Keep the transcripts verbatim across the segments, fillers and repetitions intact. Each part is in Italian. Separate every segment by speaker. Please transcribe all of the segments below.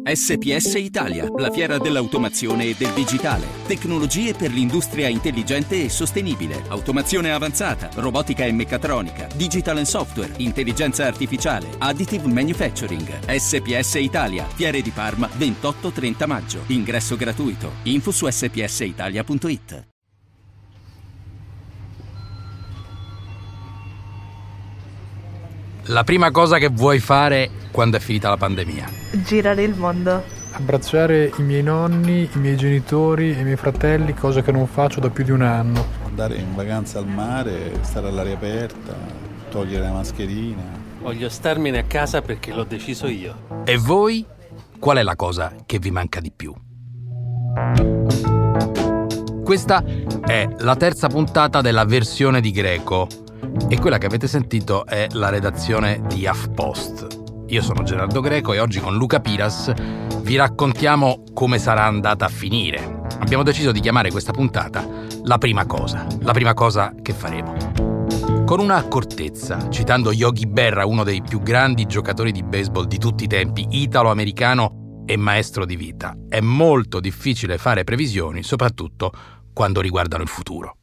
Speaker 1: S P S Italia, la fiera dell'automazione e del digitale. Tecnologie per l'industria intelligente e sostenibile. Automazione avanzata, robotica e meccatronica, digital and software, intelligenza artificiale, additive manufacturing. S P S Italia, Fiere di Parma, ventotto trenta maggio. Ingresso gratuito. Info su s p s italia punto i t.
Speaker 2: La prima cosa che vuoi fare quando è finita la pandemia?
Speaker 3: Girare il mondo.
Speaker 4: Abbracciare i miei nonni, i miei genitori e i miei fratelli, cosa che non faccio da più di un anno.
Speaker 5: Andare in vacanza al mare, stare all'aria aperta, togliere la mascherina.
Speaker 6: Voglio starmene a casa perché l'ho deciso io.
Speaker 2: E voi? Qual è la cosa che vi manca di più? Questa è la terza puntata della versione di Greco. E quella che avete sentito è la redazione di HuffPost. Io sono Gerardo Greco e oggi con Luca Piras vi raccontiamo come sarà andata a finire. Abbiamo deciso di chiamare questa puntata La prima cosa, la prima cosa che faremo. Con una accortezza, citando Yogi Berra, uno dei più grandi giocatori di baseball di tutti i tempi, italo-americano e maestro di vita, è molto difficile fare previsioni, soprattutto quando riguardano il futuro.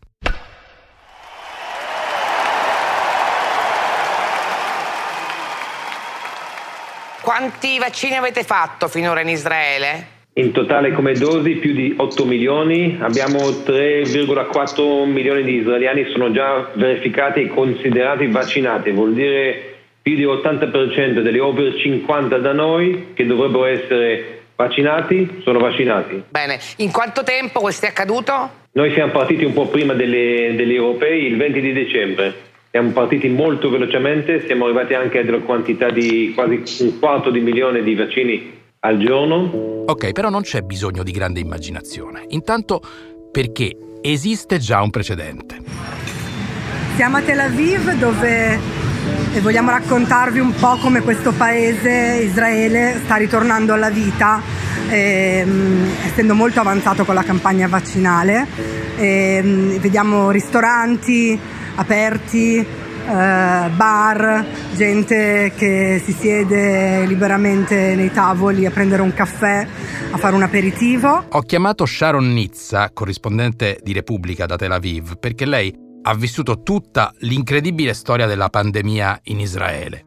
Speaker 7: Quanti vaccini avete fatto finora in Israele?
Speaker 8: In totale come dosi più di otto milioni, abbiamo tre virgola quattro milioni di israeliani sono già verificati e considerati vaccinati, vuol dire più di l'ottanta per cento degli over cinquanta da noi che dovrebbero essere vaccinati sono vaccinati.
Speaker 7: Bene, in quanto tempo questo è accaduto?
Speaker 8: Noi siamo partiti un po' prima delle, degli europei, il venti di dicembre. Siamo partiti molto velocemente, siamo arrivati anche a delle quantità di quasi un quarto di milione di vaccini al giorno.
Speaker 2: Ok, però non c'è bisogno di grande immaginazione. Intanto perché esiste già un precedente.
Speaker 9: Siamo a Tel Aviv dove e vogliamo raccontarvi un po' come questo paese, Israele, sta ritornando alla vita, ehm, essendo molto avanzato con la campagna vaccinale. Ehm, vediamo ristoranti aperti, eh, bar, gente che si siede liberamente nei tavoli a prendere un caffè, a fare un aperitivo.
Speaker 2: Ho chiamato Sharon Nizza, corrispondente di Repubblica da Tel Aviv, perché lei ha vissuto tutta l'incredibile storia della pandemia in Israele.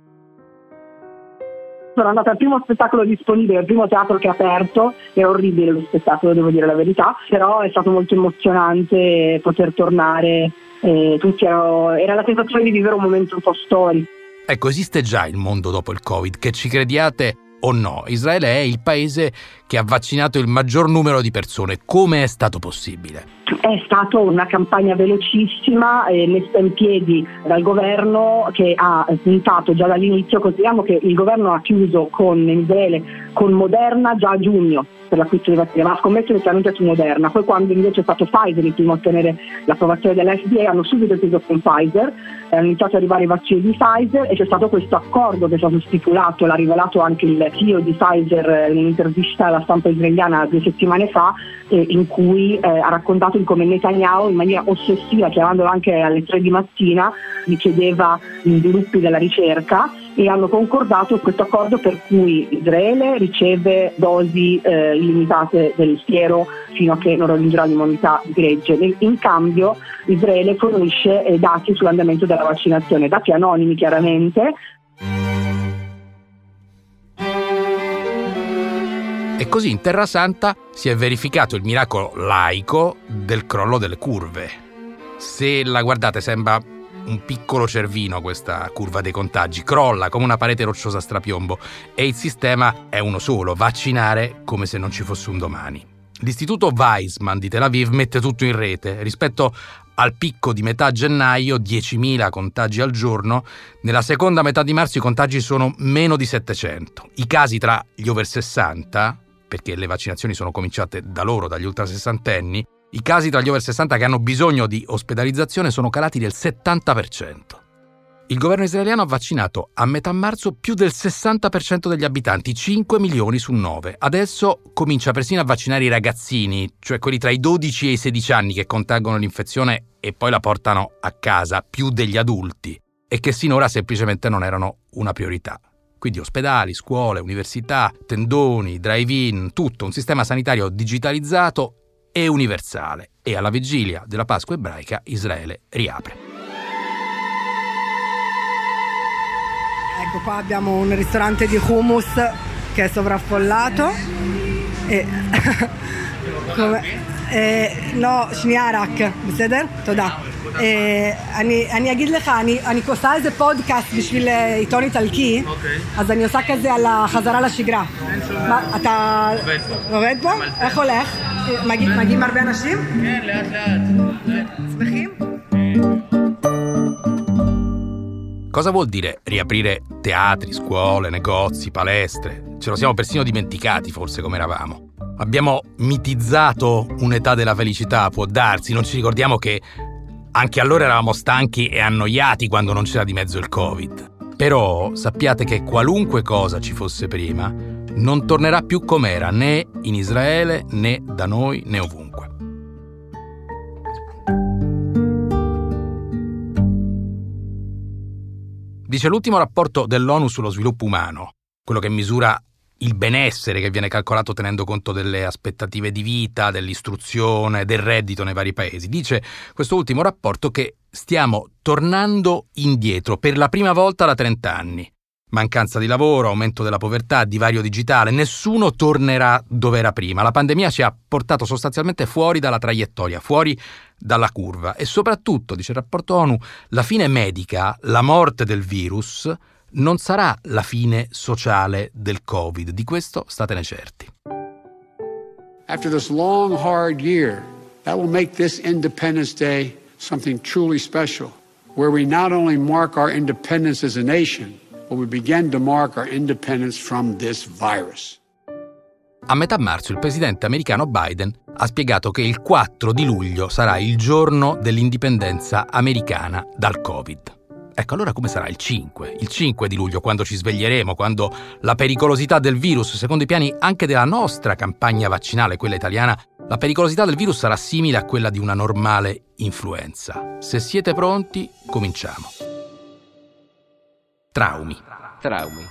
Speaker 10: Sono andata al primo spettacolo disponibile, al primo teatro che ha aperto, è orribile lo spettacolo, devo dire la verità, però è stato molto emozionante poter tornare. E tutti erano, era la sensazione di vivere un momento un po' storico.
Speaker 2: Ecco, esiste già il mondo dopo il Covid, che ci crediate o no. Israele è il paese che ha vaccinato il maggior numero di persone. Come è stato possibile?
Speaker 10: È stata una campagna velocissima eh, messa in piedi dal governo, che ha puntato già dall'inizio. Consideriamo che il governo ha chiuso con Israele con Moderna già a giugno per l'acquisto di vaccini, ma ha scommesso inizialmente su Moderna. Poi quando invece è stato Pfizer il primo a ottenere l'approvazione dell'F D A, hanno subito chiuso con Pfizer, hanno iniziato ad arrivare i vaccini di Pfizer e c'è stato questo accordo che è stato stipulato, l'ha rivelato anche il C E O di Pfizer in un'intervista alla stampa israeliana due settimane fa, eh, in cui eh, ha raccontato come Netanyahu in maniera ossessiva, chiamandolo anche alle tre di mattina, gli chiedeva gli sviluppi della ricerca, e hanno concordato questo accordo per cui Israele riceve dosi eh, illimitate del siero fino a che non raggiungerà l'immunità di gregge. In cambio Israele fornisce eh, dati sull'andamento della vaccinazione, dati anonimi chiaramente.
Speaker 2: E così in Terra Santa si è verificato il miracolo laico del crollo delle curve. Se la guardate sembra un piccolo cervino questa curva dei contagi, crolla come una parete rocciosa a strapiombo e il sistema è uno solo: vaccinare come se non ci fosse un domani. L'istituto Weizmann di Tel Aviv mette tutto in rete. Rispetto al picco di metà gennaio, diecimila contagi al giorno, nella seconda metà di marzo i contagi sono meno di settecento. I casi tra gli over sessanta, perché le vaccinazioni sono cominciate da loro, dagli ultrasessantenni, i casi tra gli over sessanta che hanno bisogno di ospedalizzazione sono calati del settanta per cento. Il governo israeliano ha vaccinato a metà marzo più del sessanta per cento degli abitanti, cinque milioni su nove. Adesso comincia persino a vaccinare i ragazzini, cioè quelli tra i dodici e i sedici anni che contraggono l'infezione e poi la portano a casa, più degli adulti, e che sinora semplicemente non erano una priorità. Quindi ospedali, scuole, università, tendoni, drive-in, tutto un sistema sanitario digitalizzato e universale. E alla vigilia della Pasqua ebraica Israele riapre.
Speaker 9: Ecco, qua abbiamo un ristorante di hummus che è sovraffollato e come eh, no, שנייה רק, בסדר? תודה. אני אני אגיד לך, אני אני עושה איזה פודקאסט בשביל עיתון איטלקי, אז אני עושה כזה על החזרה לשגרה. אתה עובד פה? איך הולך? מגיעים הרבה אנשים? כן, לאט לאט. שמחים?
Speaker 2: Cosa vuol dire riaprire teatri, scuole, negozi, palestre? Ce lo siamo persino dimenticati, forse, come eravamo. Abbiamo mitizzato un'età della felicità, può darsi, non ci ricordiamo che anche allora eravamo stanchi e annoiati quando non c'era di mezzo il Covid. Però sappiate che qualunque cosa ci fosse prima non tornerà più com'era né in Israele né da noi né ovunque. Dice l'ultimo rapporto dell'ONU sullo sviluppo umano, quello che misura il benessere che viene calcolato tenendo conto delle aspettative di vita, dell'istruzione, del reddito nei vari paesi. Dice questo ultimo rapporto che stiamo tornando indietro per la prima volta da trenta anni. Mancanza di lavoro, aumento della povertà, divario digitale, nessuno tornerà dove era prima. La pandemia ci ha portato sostanzialmente fuori dalla traiettoria, fuori dalla curva e soprattutto, dice il rapporto ONU, la fine medica, la morte del virus, non sarà la fine sociale del Covid. Di questo statene certi.
Speaker 3: After this long, hard year, that will make this Independence Day something truly special, where we not only mark our independence as a nation, but we begin to mark our independence from this virus.
Speaker 2: A metà marzo il presidente americano Biden ha spiegato che il quattro di luglio sarà il giorno dell'indipendenza americana dal Covid. Ecco, allora come sarà il cinque? Il cinque di luglio, quando ci sveglieremo, quando la pericolosità del virus, secondo i piani anche della nostra campagna vaccinale, quella italiana, la pericolosità del virus sarà simile a quella di una normale influenza. Se siete pronti, cominciamo. Traumi.
Speaker 11: Traumi.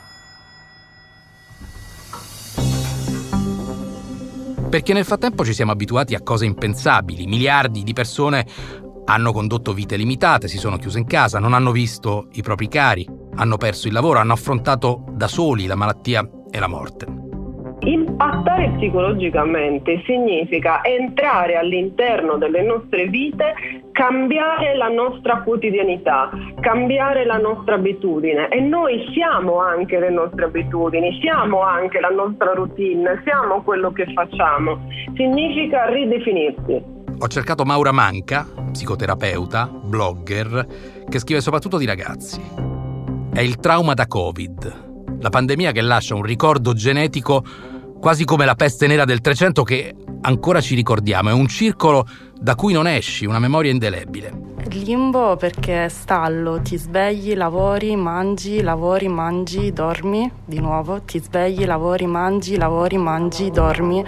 Speaker 2: Perché nel frattempo ci siamo abituati a cose impensabili. Miliardi di persone hanno condotto vite limitate, si sono chiuse in casa, non hanno visto i propri cari, hanno perso il lavoro, hanno affrontato da soli la malattia e la morte.
Speaker 12: Impattare psicologicamente significa entrare all'interno delle nostre vite, cambiare la nostra quotidianità, cambiare la nostra abitudine, e noi siamo anche le nostre abitudini, siamo anche la nostra routine, siamo quello che facciamo. Significa ridefinirsi.
Speaker 2: Ho cercato Maura Manca, psicoterapeuta, blogger, che scrive soprattutto di ragazzi. È il trauma da Covid, la pandemia che lascia un ricordo genetico quasi come la peste nera del Trecento che ancora ci ricordiamo. È un circolo da cui non esci, una memoria indelebile.
Speaker 13: Limbo perché stallo, ti svegli, lavori, mangi, lavori, mangi, dormi, di nuovo, ti svegli, lavori, mangi, lavori, mangi, dormi.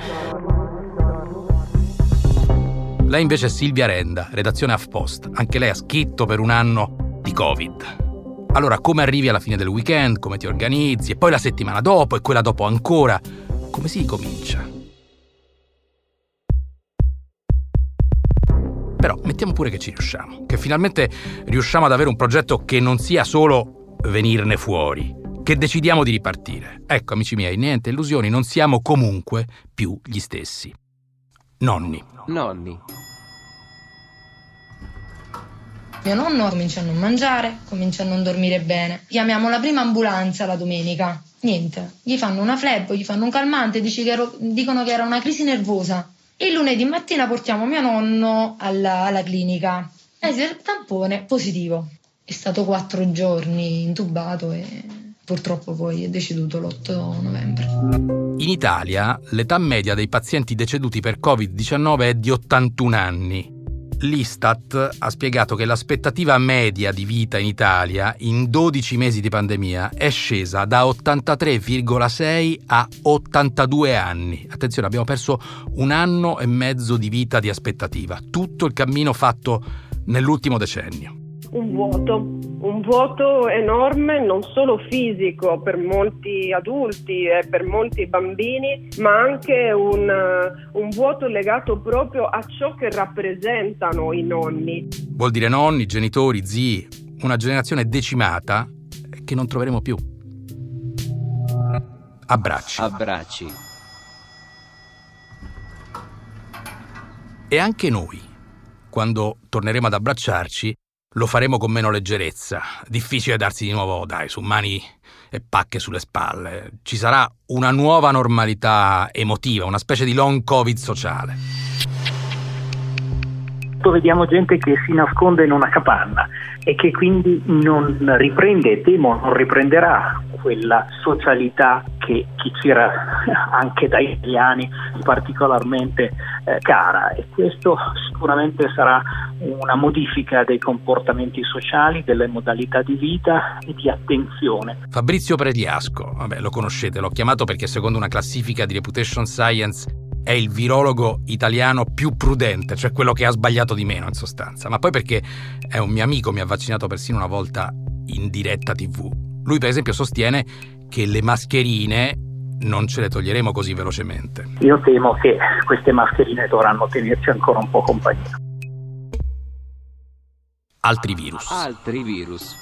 Speaker 2: Lei invece è Silvia Renda, redazione HuffPost. Anche lei ha scritto per un anno di Covid. Allora, come arrivi alla fine del weekend, come ti organizzi, e poi la settimana dopo, e quella dopo ancora, come si ricomincia? Però mettiamo pure che ci riusciamo, che finalmente riusciamo ad avere un progetto che non sia solo venirne fuori, che decidiamo di ripartire. Ecco, amici miei, niente illusioni, non siamo comunque più gli stessi. Nonni.
Speaker 11: Nonni.
Speaker 14: Mio nonno comincia a non mangiare, comincia a non dormire bene. Chiamiamo la prima ambulanza la domenica. Niente, gli fanno una flebo, gli fanno un calmante, dici che ero, dicono che era una crisi nervosa. Il lunedì mattina portiamo mio nonno alla, alla clinica. Esito del tampone positivo. È stato quattro giorni intubato e purtroppo poi è deceduto l'otto novembre.
Speaker 2: In Italia l'età media dei pazienti deceduti per covid diciannove è di ottantuno anni. L'Istat ha spiegato che l'aspettativa media di vita in Italia in dodici mesi di pandemia è scesa da ottantatré virgola sei a ottantadue anni. Attenzione, abbiamo perso un anno e mezzo di vita di aspettativa. Tutto il cammino fatto nell'ultimo decennio.
Speaker 12: un vuoto, un vuoto enorme, non solo fisico per molti adulti e per molti bambini, ma anche un, un vuoto legato proprio a ciò che rappresentano i nonni.
Speaker 2: Vuol dire nonni, genitori, zii, una generazione decimata che non troveremo più. Abbracci.
Speaker 11: Abbracci.
Speaker 2: E anche noi, quando torneremo ad abbracciarci, lo faremo con meno leggerezza. Difficile darsi di nuovo, dai, su mani e pacche sulle spalle. Ci sarà una nuova normalità emotiva, una specie di long covid sociale.
Speaker 15: Vediamo gente che si nasconde in una capanna e che quindi non riprende, temo non riprenderà quella socialità che, che c'era anche dai italiani particolarmente eh, cara, e questo sicuramente sarà una modifica dei comportamenti sociali, delle modalità di vita e di attenzione.
Speaker 2: Fabrizio Prediasco, vabbè, lo conoscete, l'ho chiamato perché secondo una classifica di Reputation Science è il virologo italiano più prudente, cioè quello che ha sbagliato di meno in sostanza, ma poi perché è un mio amico, mi ha vaccinato persino una volta in diretta tivù. Lui per esempio sostiene che le mascherine non ce le toglieremo così velocemente.
Speaker 15: Io temo che queste mascherine dovranno tenerci ancora un po' compagnia.
Speaker 2: Altri virus.
Speaker 11: Altri virus.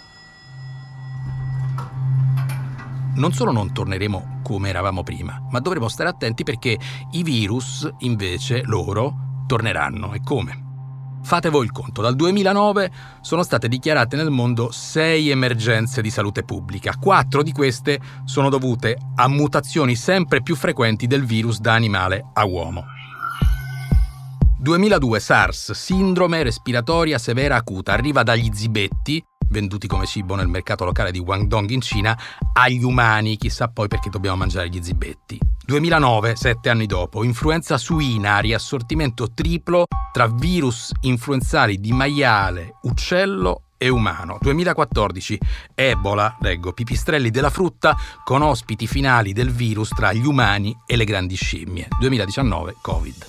Speaker 2: Non solo non torneremo come eravamo prima, ma dovremo stare attenti perché i virus, invece, loro, torneranno. E come? Fate voi il conto, dal duemilanove sono state dichiarate nel mondo sei emergenze di salute pubblica. Quattro di queste sono dovute a mutazioni sempre più frequenti del virus da animale a uomo. duemiladue SARS, sindrome respiratoria severa acuta, arriva dagli zibetti, venduti come cibo nel mercato locale di Guangdong in Cina, agli umani, chissà poi perché dobbiamo mangiare gli zibetti. duemilanove, sette anni dopo, influenza suina, riassortimento triplo tra virus influenzali di maiale, uccello e umano. duemilaquattordici, Ebola, leggo, pipistrelli della frutta con ospiti finali del virus tra gli umani e le grandi scimmie. duemiladiciannove, Covid.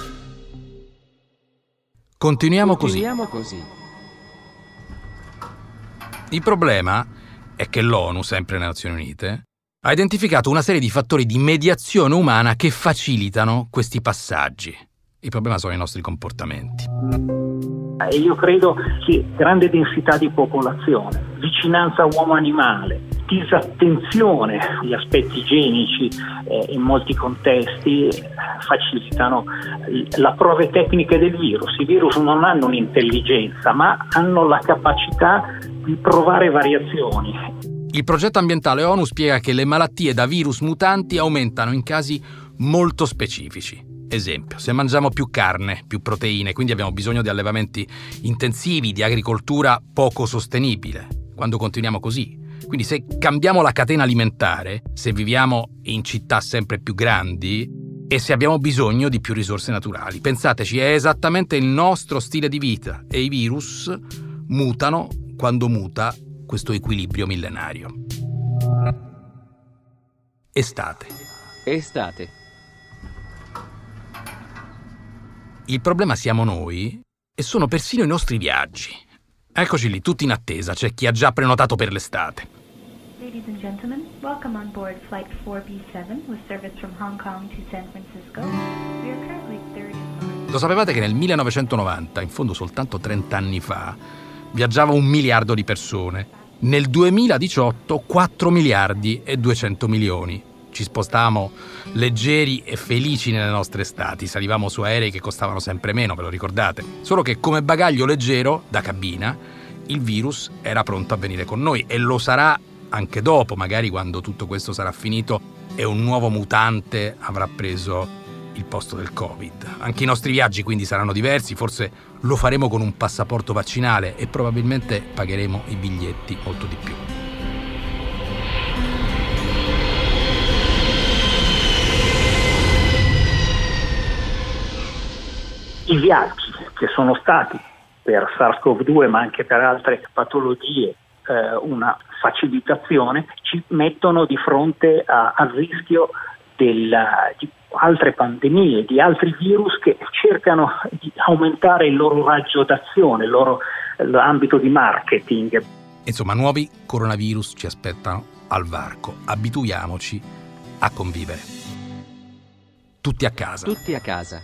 Speaker 2: Continuiamo,
Speaker 11: Continuiamo
Speaker 2: così.
Speaker 11: così.
Speaker 2: Il problema è che l'ONU, sempre le Nazioni Unite, ha identificato una serie di fattori di mediazione umana che facilitano questi passaggi. Il problema sono i nostri comportamenti.
Speaker 15: E io credo che grande densità di popolazione, vicinanza uomo-animale, disattenzione agli aspetti igienici eh, in molti contesti eh, facilitano la prove tecniche del virus. I virus non hanno un'intelligenza, ma hanno la capacità di provare variazioni.
Speaker 2: Il progetto ambientale ONU spiega che le malattie da virus mutanti aumentano in casi molto specifici. Esempio, se mangiamo più carne, più proteine, quindi abbiamo bisogno di allevamenti intensivi, di agricoltura poco sostenibile, quando continuiamo così. Quindi se cambiamo la catena alimentare, se viviamo in città sempre più grandi e se abbiamo bisogno di più risorse naturali. Pensateci, è esattamente il nostro stile di vita e i virus mutano quando muta questo equilibrio millenario. Estate.
Speaker 11: Estate.
Speaker 2: Il problema siamo noi e sono persino i nostri viaggi. Eccoci lì, tutti in attesa, c'è chi ha già prenotato per l'estate.
Speaker 16: Ladies and gentlemen, welcome on board flight four B seven with service from Hong Kong to San Francisco. We are currently third in line.
Speaker 2: Lo sapevate che nel millenovecentonovanta, in fondo soltanto trenta anni fa, viaggiava un miliardo di persone? Nel duemiladiciotto quattro miliardi e duecento milioni. Ci spostavamo leggeri e felici nelle nostre estati, salivamo su aerei che costavano sempre meno, ve lo ricordate? Solo che come bagaglio leggero da cabina il virus era pronto a venire con noi e lo sarà anche dopo, magari quando tutto questo sarà finito e un nuovo mutante avrà preso il posto del Covid. Anche i nostri viaggi quindi saranno diversi, forse lo faremo con un passaporto vaccinale e probabilmente pagheremo i biglietti molto di più.
Speaker 15: I viaggi che sono stati per SARS-CoV due ma anche per altre patologie eh, una facilitazione ci mettono di fronte a, al rischio della, di altre pandemie, di altri virus che cercano di aumentare il loro raggio d'azione, il loro l'ambito di marketing.
Speaker 2: Insomma, nuovi coronavirus ci aspettano al varco. Abituiamoci a convivere. Tutti a casa.
Speaker 11: Tutti a casa.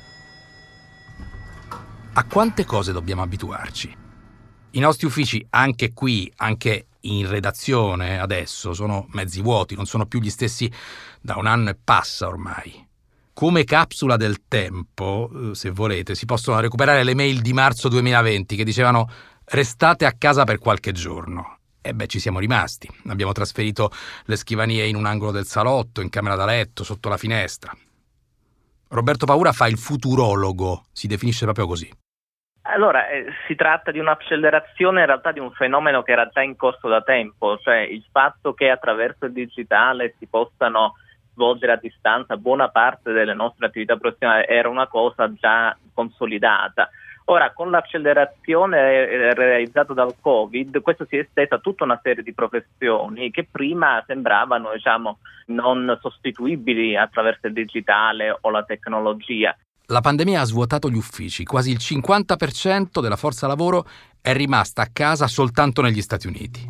Speaker 2: A quante cose dobbiamo abituarci? I nostri uffici, anche qui, anche in redazione adesso, sono mezzi vuoti, non sono più gli stessi da un anno e passa ormai. Come capsula del tempo, se volete, si possono recuperare le mail di marzo duemilaventi che dicevano restate a casa per qualche giorno. E beh, ci siamo rimasti. Abbiamo trasferito le scrivanie in un angolo del salotto, in camera da letto, sotto la finestra. Roberto Paura fa il futurologo, si definisce proprio così.
Speaker 17: Allora, eh, si tratta di un'accelerazione in realtà di un fenomeno che era già in corso da tempo, cioè il fatto che attraverso il digitale si possano svolgere a distanza buona parte delle nostre attività professionali era una cosa già consolidata. Ora, con l'accelerazione realizzata dal Covid, questo si è esteso a tutta una serie di professioni che prima sembravano, diciamo, non sostituibili attraverso il digitale o la tecnologia.
Speaker 2: La pandemia ha svuotato gli uffici, quasi il cinquanta per cento della forza lavoro è rimasta a casa soltanto negli Stati Uniti.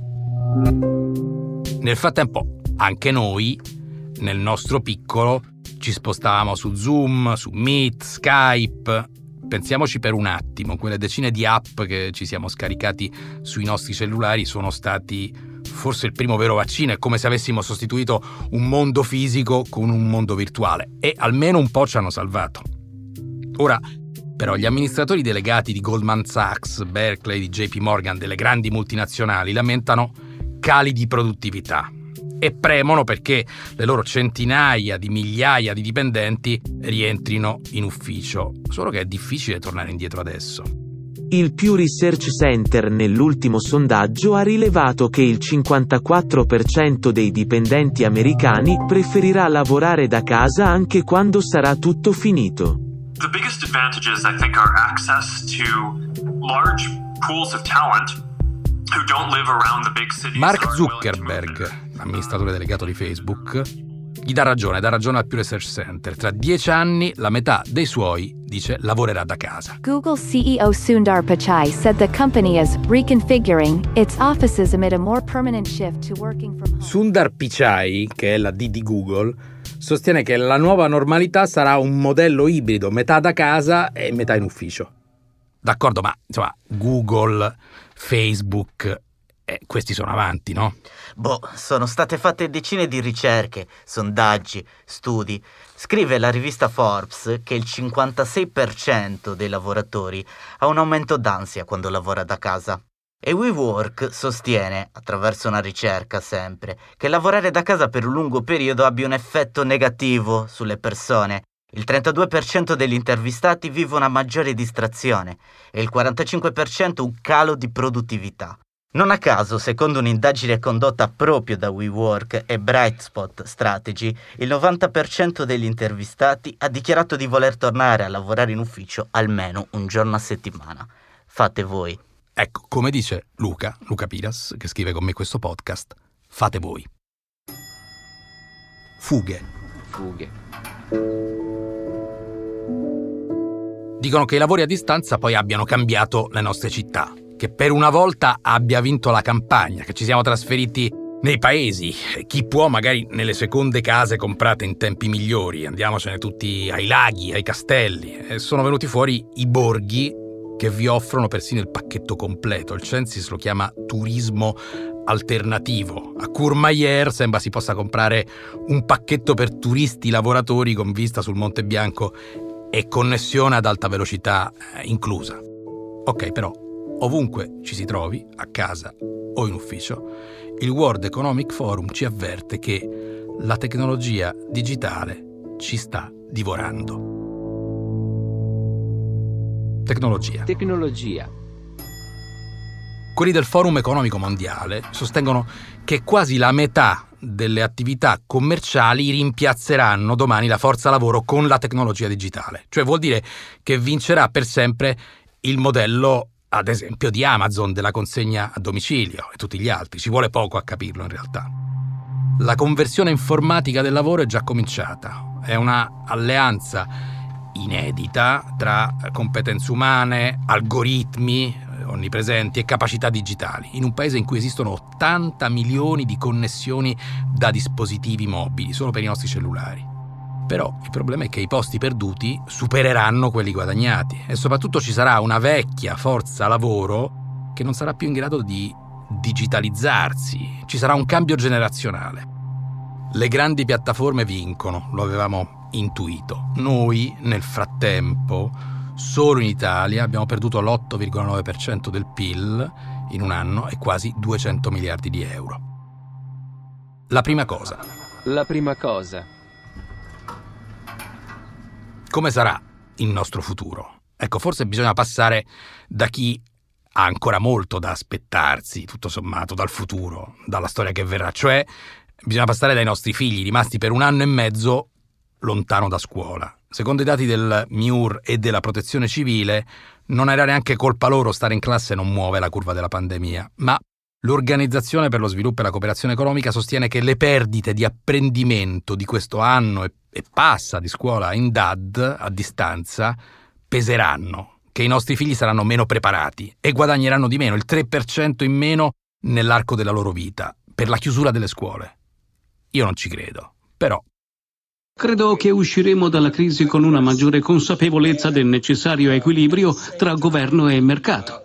Speaker 2: Nel frattempo, anche noi, nel nostro piccolo, ci spostavamo su Zoom, su Meet, Skype. Pensiamoci per un attimo, quelle decine di app che ci siamo scaricati sui nostri cellulari sono stati forse il primo vero vaccino, è come se avessimo sostituito un mondo fisico con un mondo virtuale e almeno un po' ci hanno salvato. Ora, però, gli amministratori delegati di Goldman Sachs, Berkeley, di J P Morgan, delle grandi multinazionali, lamentano cali di produttività e premono perché le loro centinaia di migliaia di dipendenti rientrino in ufficio. Solo che è difficile tornare indietro adesso.
Speaker 18: Il Pew Research Center nell'ultimo sondaggio ha rilevato che il cinquantaquattro per cento dei dipendenti americani preferirà lavorare da casa anche quando sarà tutto finito.
Speaker 19: The biggest advantages, I think, are access to large pools of talent who don't live around the big cities.
Speaker 2: Mark Zuckerberg, amministratore delegato di Facebook, gli dà ragione, dà ragione al Pew Research Center. Tra dieci anni la metà dei suoi, dice, lavorerà da casa.
Speaker 20: Google C E O Sundar Pichai said the company is reconfiguring its offices amid a more permanent shift to working from home.
Speaker 2: Sundar Pichai, che è la D di Google, sostiene che la nuova normalità sarà un modello ibrido, metà da casa e metà in ufficio. D'accordo, ma insomma, Google, Facebook, eh, questi sono avanti, no?
Speaker 21: Boh, sono state fatte decine di ricerche, sondaggi, studi. Scrive la rivista Forbes che il cinquantasei per cento dei lavoratori ha un aumento d'ansia quando lavora da casa. E WeWork sostiene, attraverso una ricerca sempre, che lavorare da casa per un lungo periodo abbia un effetto negativo sulle persone. Il trentadue per cento degli intervistati vive una maggiore distrazione e il quarantacinque per cento un calo di produttività. Non a caso, secondo un'indagine condotta proprio da WeWork e Brightspot Strategy, il novanta per cento degli intervistati ha dichiarato di voler tornare a lavorare in ufficio almeno un giorno a settimana. Fate voi.
Speaker 2: Ecco, come dice Luca, Luca Piras, che scrive con me questo podcast, fate voi. Fughe.
Speaker 11: Fughe.
Speaker 2: Dicono che i lavori a distanza poi abbiano cambiato le nostre città, che per una volta abbia vinto la campagna, che ci siamo trasferiti nei paesi, chi può magari nelle seconde case comprate in tempi migliori, andiamocene tutti ai laghi, ai castelli, e sono venuti fuori i borghi che vi offrono persino il pacchetto completo. Il Censis lo chiama turismo alternativo. A Courmayeur sembra si possa comprare un pacchetto per turisti lavoratori con vista sul Monte Bianco e connessione ad alta velocità inclusa. Ok, però ovunque ci si trovi, a casa o in ufficio, il World Economic Forum ci avverte che la tecnologia digitale ci sta divorando. Tecnologia.
Speaker 11: Tecnologia.
Speaker 2: Quelli del Forum Economico Mondiale sostengono che quasi la metà delle attività commerciali rimpiazzeranno domani la forza lavoro con la tecnologia digitale. Cioè vuol dire che vincerà per sempre il modello, ad esempio, di Amazon, della consegna a domicilio e tutti gli altri. Ci vuole poco a capirlo in realtà. La conversione informatica del lavoro è già cominciata. È una alleanza inedita tra competenze umane, algoritmi, onnipresenti e capacità digitali, in un paese in cui esistono ottanta milioni di connessioni da dispositivi mobili solo per i nostri cellulari. Però il problema è che i posti perduti supereranno quelli guadagnati e soprattutto ci sarà una vecchia forza lavoro che non sarà più in grado di digitalizzarsi. Ci sarà un cambio generazionale. Le grandi piattaforme vincono, lo avevamo intuito. Noi, nel frattempo, solo in Italia abbiamo perduto l'otto virgola nove per cento del P I L in un anno e quasi duecento miliardi di euro. La prima cosa.
Speaker 11: La prima cosa.
Speaker 2: Come sarà il nostro futuro? Ecco, forse bisogna passare da chi ha ancora molto da aspettarsi, tutto sommato, dal futuro, dalla storia che verrà. Cioè, bisogna passare dai nostri figli, rimasti per un anno e mezzo lontano da scuola. Secondo i dati del M I U R e della Protezione Civile, non era neanche colpa loro stare in classe e non muove la curva della pandemia, ma l'Organizzazione per lo Sviluppo e la Cooperazione Economica sostiene che le perdite di apprendimento di questo anno e, e passa di scuola in D A D, a distanza, peseranno, che i nostri figli saranno meno preparati e guadagneranno di meno, il tre per cento in meno nell'arco della loro vita, per la chiusura delle scuole. Io non ci credo, però...
Speaker 1: Credo che usciremo dalla crisi con una maggiore consapevolezza del necessario equilibrio tra governo e mercato.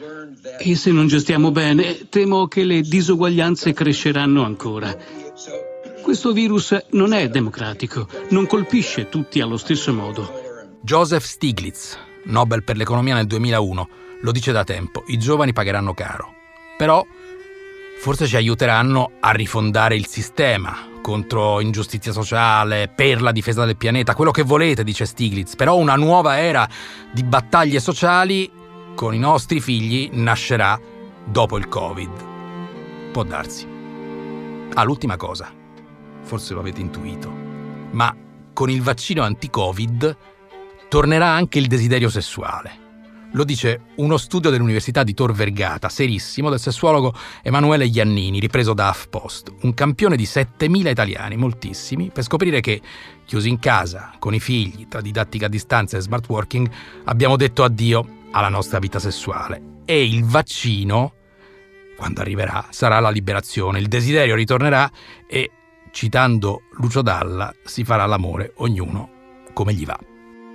Speaker 1: E se non gestiamo bene, temo che le disuguaglianze cresceranno ancora. Questo virus non è democratico, non colpisce tutti allo stesso modo.
Speaker 2: Joseph Stiglitz, Nobel per l'economia nel duemilauno, lo dice da tempo: i giovani pagheranno caro. Però forse ci aiuteranno a rifondare il sistema contro ingiustizia sociale, per la difesa del pianeta, quello che volete, dice Stiglitz. Però una nuova era di battaglie sociali con i nostri figli nascerà dopo il Covid. Può darsi. Ah, l'ultima cosa, forse lo avete intuito, ma con il vaccino anti-Covid tornerà anche il desiderio sessuale. Lo dice uno studio dell'Università di Tor Vergata, serissimo, del sessuologo Emanuele Iannini, ripreso da HuffPost, un campione di settemila italiani, moltissimi, per scoprire che, chiusi in casa, con i figli, tra didattica a distanza e smart working, abbiamo detto addio alla nostra vita sessuale. E il vaccino, quando arriverà, sarà la liberazione, il desiderio ritornerà e, citando Lucio Dalla, si farà l'amore ognuno come gli va.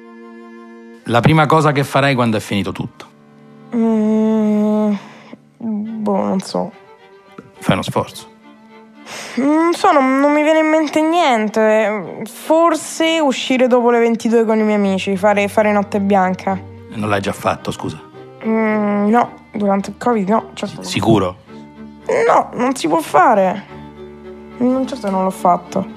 Speaker 2: La prima cosa che farai quando è finito tutto?
Speaker 22: Mm, boh, non so.
Speaker 2: Fai uno sforzo.
Speaker 22: Non so, non, non mi viene in mente niente. Forse uscire dopo le ventidue con i miei amici, fare, fare notte bianca.
Speaker 2: Non l'hai già fatto, scusa?
Speaker 22: Mm, no, durante il Covid no. Certo.
Speaker 2: Sicuro?
Speaker 22: No, non si può fare. Non certo non l'ho fatto.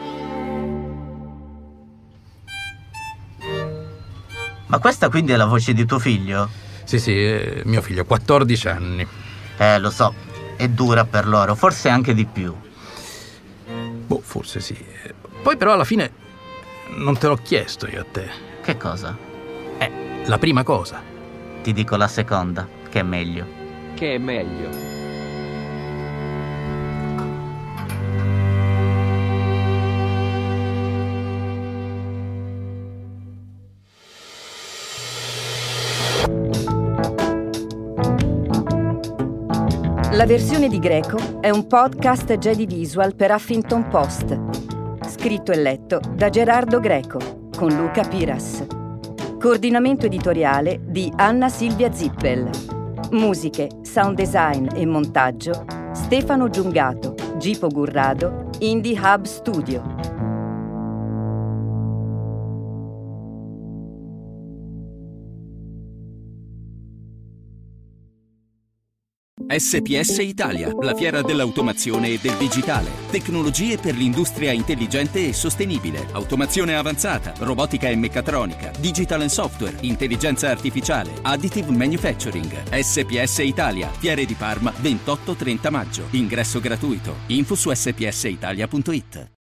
Speaker 21: Ma questa quindi è la voce di tuo figlio?
Speaker 2: Sì, sì, è mio figlio, quattordici anni.
Speaker 21: Eh, lo so, è dura per loro, forse anche di più.
Speaker 2: Boh, forse sì. Poi però alla fine non te l'ho chiesto io a te.
Speaker 21: Che cosa?
Speaker 2: Eh, la prima cosa.
Speaker 21: Ti dico la seconda, che è meglio.
Speaker 11: Che è meglio.
Speaker 23: La versione di Greco è un podcast Jedi Visual per Huffington Post, scritto e letto da Gerardo Greco, con Luca Piras. Coordinamento editoriale di Anna Silvia Zippel. Musiche, sound design e montaggio Stefano Giungato, Gipo Gurrado, Indie Hub Studio.
Speaker 24: S P S Italia, la fiera dell'automazione e del digitale. Tecnologie per l'industria intelligente e sostenibile. Automazione avanzata, robotica e meccatronica, digital and software, intelligenza artificiale, additive manufacturing. S P S Italia, Fiere di Parma, ventotto trenta maggio. Ingresso gratuito. Info su s p s italia punto it.